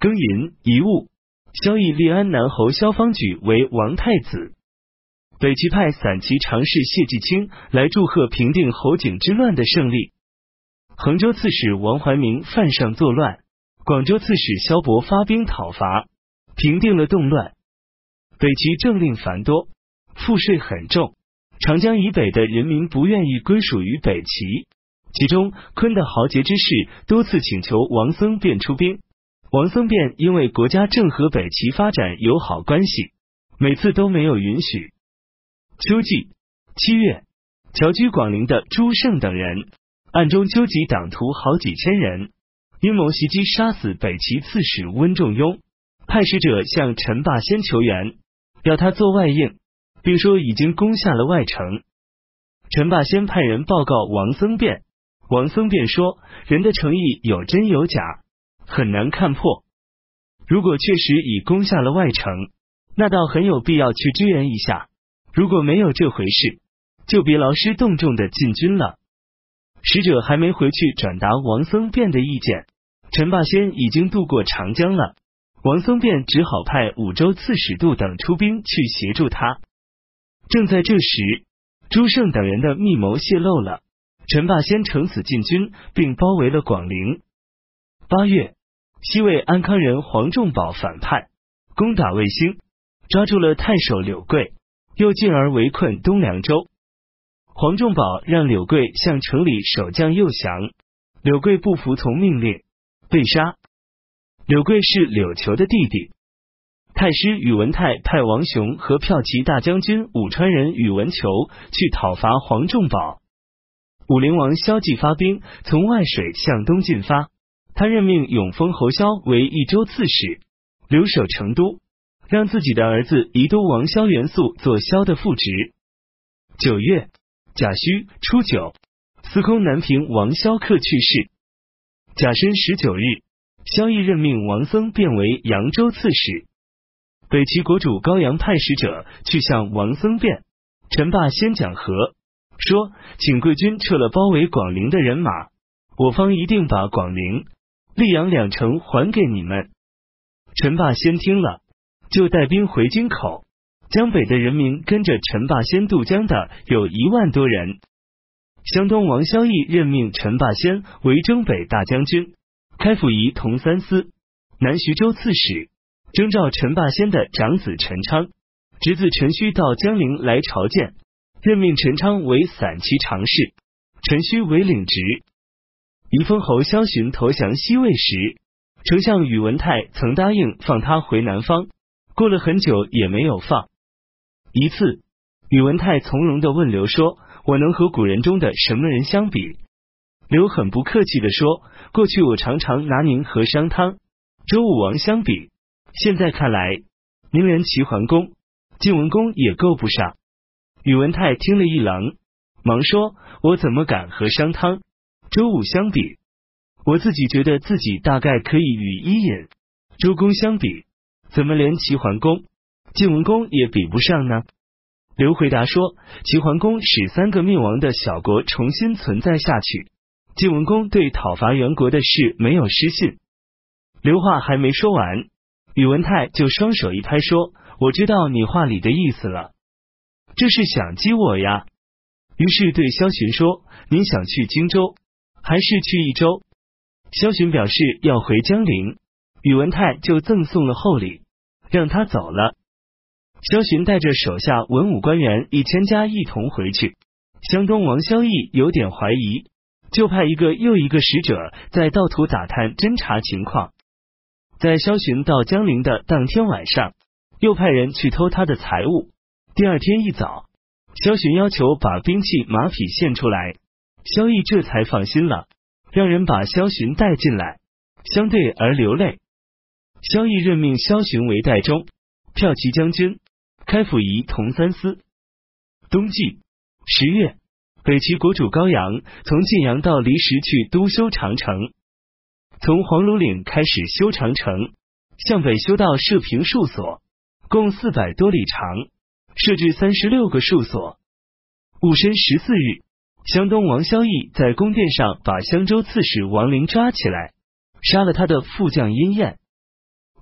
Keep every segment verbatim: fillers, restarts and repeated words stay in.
庚寅，遗物，萧绎立安南侯萧方举为王太子。北齐派散骑常侍谢继清来祝贺平定侯景之乱的胜利。衡州刺史王怀明犯上作乱，广州刺史萧勃发兵讨伐，平定了动乱。北齐政令繁多，赋税很重，长江以北的人民不愿意归属于北齐。其中昆的豪杰之士多次请求王僧辩出兵，王僧辩因为国家正和北齐发展友好关系，每次都没有允许。秋季七月，侨居广陵的朱胜等人暗中纠集党徒好几千人，阴谋袭击杀死北齐刺史温仲雍，派使者向陈霸先求援，要他做外应，并说已经攻下了外城。陈霸先派人报告王僧辩，王僧辩说人的诚意有真有假，很难看破。如果确实已攻下了外城，那倒很有必要去支援一下，如果没有这回事，就别劳师动众的进军了。使者还没回去转达王僧辩的意见，陈霸先已经渡过长江了。王僧辩只好派五州刺史杜等出兵去协助他。正在这时，朱胜等人的密谋泄露了，陈霸先乘此进军，并包围了广陵。八月，西魏安康人黄仲宝反叛，攻打卫星，抓住了太守柳贵，又进而围困东凉州。黄仲宝让柳贵向城里守将诱降，柳贵不服从命令，被杀。柳贵是柳裘的弟弟。太师宇文泰派王雄和骠骑大将军武川人宇文求去讨伐黄仲宝。武陵王萧纪发兵从外水向东进发，他任命永丰侯萧为益州刺史，留守成都，让自己的儿子宜都王萧元素做萧的副职。九月甲戌初九，司空南平王萧克去世。甲申十九日，萧绎任命王僧辩为扬州刺史。北齐国主高阳派使者去向王僧辩、陈霸先讲和，说请贵军撤了包围广陵的人马，我方一定把广陵、溧阳两城还给你们。陈霸先听了，就带兵回京口。江北的人民跟着陈霸先渡江的有一万多人。湘东王萧绎任命陈霸先为征北大将军，开府仪同三司，南徐州刺史，征召陈霸先的长子陈昌、侄子陈须到江陵来朝见，任命陈昌为散骑常侍，陈须为领职。宜封侯萧循投降西魏时，丞相宇文泰曾答应放他回南方，过了很久也没有放。一次，宇文泰从容地问刘说，我能和古人中的什么人相比？刘很不客气地说，过去我常常拿您和商汤、周武王相比，现在看来，您连齐桓公、晋文公也够不上。宇文泰听了一愣，忙说，我怎么敢和商汤、周武相比？我自己觉得自己大概可以与伊尹、周公相比，怎么连齐桓公、晋文公也比不上呢？刘回答说，齐桓公使三个灭亡的小国重新存在下去，晋文公对讨伐元国的事没有失信。刘话还没说完，宇文泰就双手一拍说，我知道你话里的意思了，这是想激我呀。于是对萧循说，您想去荆州还是去益州？萧循表示要回江陵，宇文泰就赠送了厚礼，让他走了。萧循带着手下文武官员一千家一同回去。湘东王萧绎有点怀疑，就派一个又一个使者在道途打探侦查情况。在萧循到江陵的当天晚上，又派人去偷他的财物。第二天一早，萧循要求把兵器马匹献出来，萧绎这才放心了，让人把萧循带进来，相对而流泪。萧绎任命萧循为代中、骠骑将军，开府仪同三司。冬季十月，北齐国主高阳从晋阳到离石去督修长城，从黄芦岭开始修长城，向北修到射平戍所，共四百多里长，设置三十六个戍所。戊申十四日，湘东王萧绎在宫殿上把襄州刺史王陵抓起来，杀了他的副将殷彦。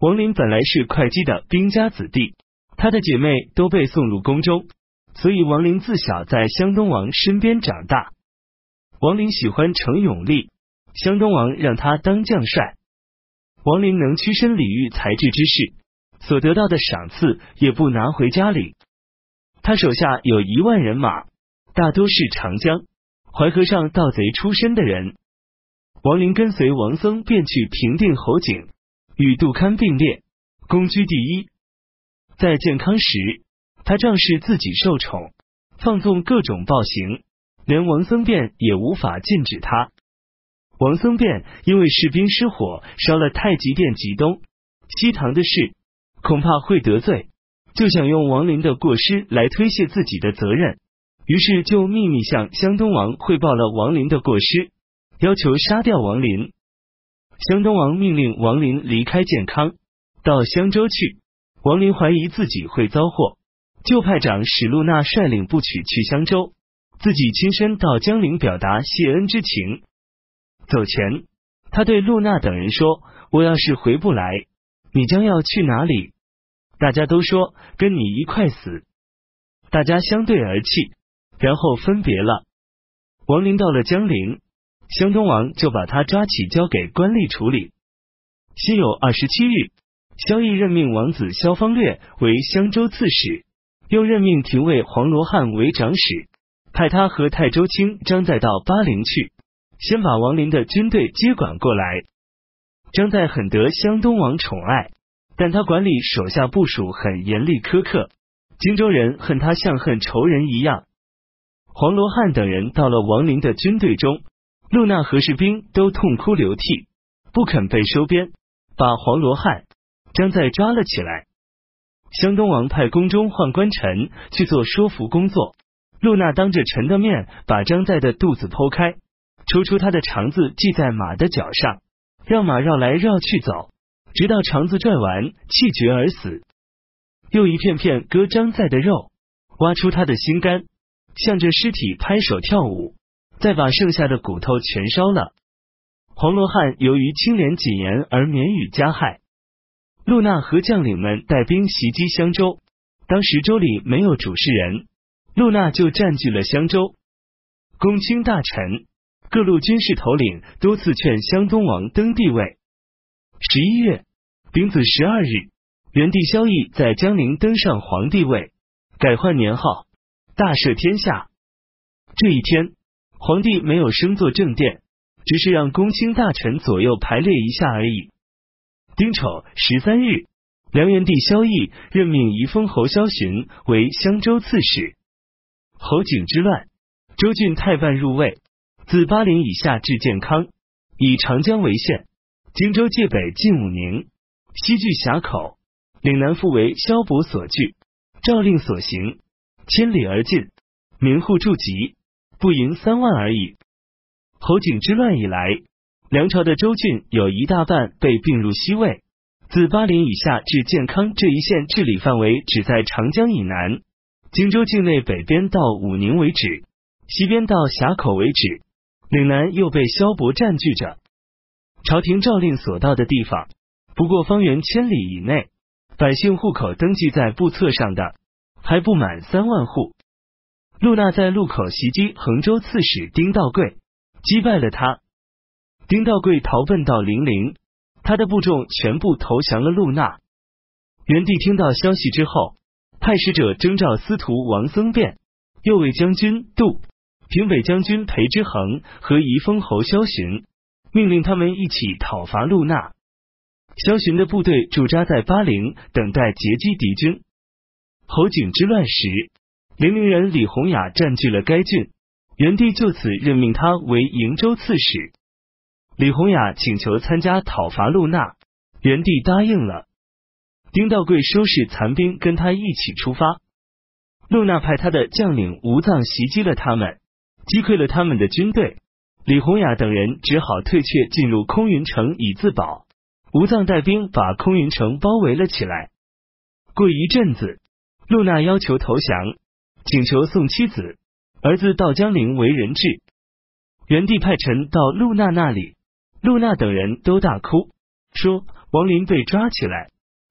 王林本来是会稽的兵家子弟，他的姐妹都被送入宫中，所以王林自小在湘东王身边长大。王林喜欢成勇力，湘东王让他当将帅。王林能屈身礼遇才智之士，所得到的赏赐也不拿回家里。他手下有一万人马，大多是长江、淮河上盗贼出身的人。王林跟随王僧便去平定侯景，与杜堪并列，功居第一。在建康时，他仗势自己受宠，放纵各种暴行，连王僧辩也无法禁止他。王僧辩因为士兵失火烧了太极殿极东、西堂的事，恐怕会得罪，就想用王林的过失来推卸自己的责任，于是就秘密向湘东王汇报了王林的过失，要求杀掉王林。湘东王命令王林离开建康，到襄州去。王林怀疑自己会遭祸，就派长史陆纳率领部曲去襄州，自己亲身到江陵表达谢恩之情。走前，他对陆纳等人说：“我要是回不来，你将要去哪里？”大家都说：“跟你一块死。”大家相对而泣，然后分别了。王林到了江陵，湘东王就把他抓起交给官吏处理。辛酉二十七日，萧绎任命王子萧方略为襄州刺史，又任命廷尉黄罗汉为长史，派他和泰州卿张载到巴陵去，先把王林的军队接管过来。张载很得湘东王宠爱，但他管理手下部属很严厉苛刻，荆州人恨他像恨仇人一样。黄罗汉等人到了王林的军队中，陆纳和士兵都痛哭流涕，不肯被收编，把黄罗汉、张载抓了起来。湘东王派宫中宦官臣去做说服工作，陆纳当着臣的面把张载的肚子剖开，抽出他的肠子系在马的脚上，让马绕来绕去走，直到肠子拽完气绝而死。又一片片割张载的肉，挖出他的心肝，向着尸体拍手跳舞，再把剩下的骨头全烧了。黄罗汉由于清廉谨严而免于加害。陆纳和将领们带兵袭击襄州，当时州里没有主事人，陆纳就占据了襄州。公卿大臣、各路军事头领多次劝湘东王登帝位。十一月丙子十二日，元帝萧绎在江陵登上皇帝位，改换年号，大赦天下。这一天，皇帝没有升坐正殿，只是让公卿大臣左右排列一下而已。丁丑十三日，梁元帝萧绎任命宜封侯萧询为襄州刺史。侯景之乱，州郡太半入魏，自巴陵以下至建康，以长江为线，荆州界北近武宁，西据峡口，岭南复为萧伯所据，诏令所行，千里而进，民户驻集，不盈三万而已。侯景之乱以来，梁朝的州郡有一大半被并入西魏，自巴陵以下至建康这一线治理范围只在长江以南，荆州境内北边到武宁为止，西边到峡口为止，岭南又被萧伯占据着。朝廷诏令所到的地方，不过方圆千里以内，百姓户口登记在簿册上的还不满三万户。陆纳在路口袭击衡州刺史丁道贵，击败了他。丁道贵逃奔到零陵，他的部众全部投降了陆纳。元帝听到消息之后，派使者征召司徒王僧辩、右卫将军杜、平北将军裴之衡和宜封侯萧询，命令他们一起讨伐陆纳。萧询的部队驻扎在巴陵，等待截击敌军。侯景之乱时，零陵人李洪雅占据了该郡，元帝就此任命他为营州刺史。李洪雅请求参加讨伐陆纳，元帝答应了。丁道贵收拾残兵跟他一起出发。陆纳派他的将领吴臧袭击了他们，击溃了他们的军队，李洪雅等人只好退却进入空云城以自保。吴臧带兵把空云城包围了起来。过一阵子，陆纳要求投降，请求送妻子、儿子到江陵为人质。元帝派臣到陆纳那里，陆纳等人都大哭，说王林被抓起来，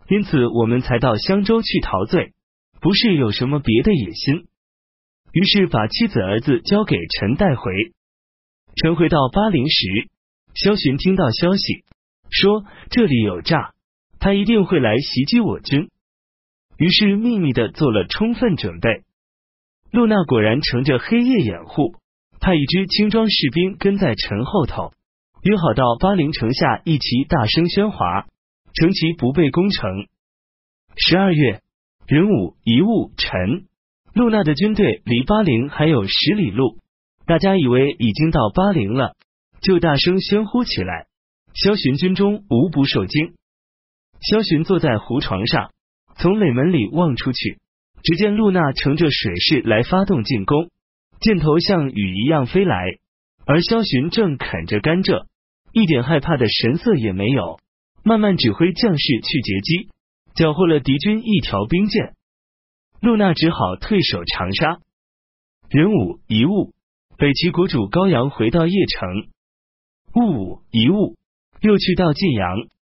因此我们才到襄州去陶醉，不是有什么别的野心。于是把妻子儿子交给陈带回。陈回到巴陵时，萧询听到消息，说这里有诈，他一定会来袭击我军，于是秘密的做了充分准备。陆纳果然乘着黑夜掩护，派一支轻装士兵跟在陈后头，约好到巴陵城下一齐大声喧哗，城其不被攻城。十二月，壬午、乙戊、辰，陆纳的军队离巴陵还有十里路，大家以为已经到巴陵了，就大声喧呼起来。萧询军中无不受惊。萧询坐在胡床上，从垒门里望出去，只见陆纳乘着水势来发动进攻，箭头像雨一样飞来，而萧询正啃着甘蔗，一点害怕的神色也没有，慢慢指挥将士去截击，缴获了敌军一条兵舰。陆纳只好退守长沙。壬午、乙戊，北齐国主高阳回到邺城。戊午、乙戊，又去到晋阳。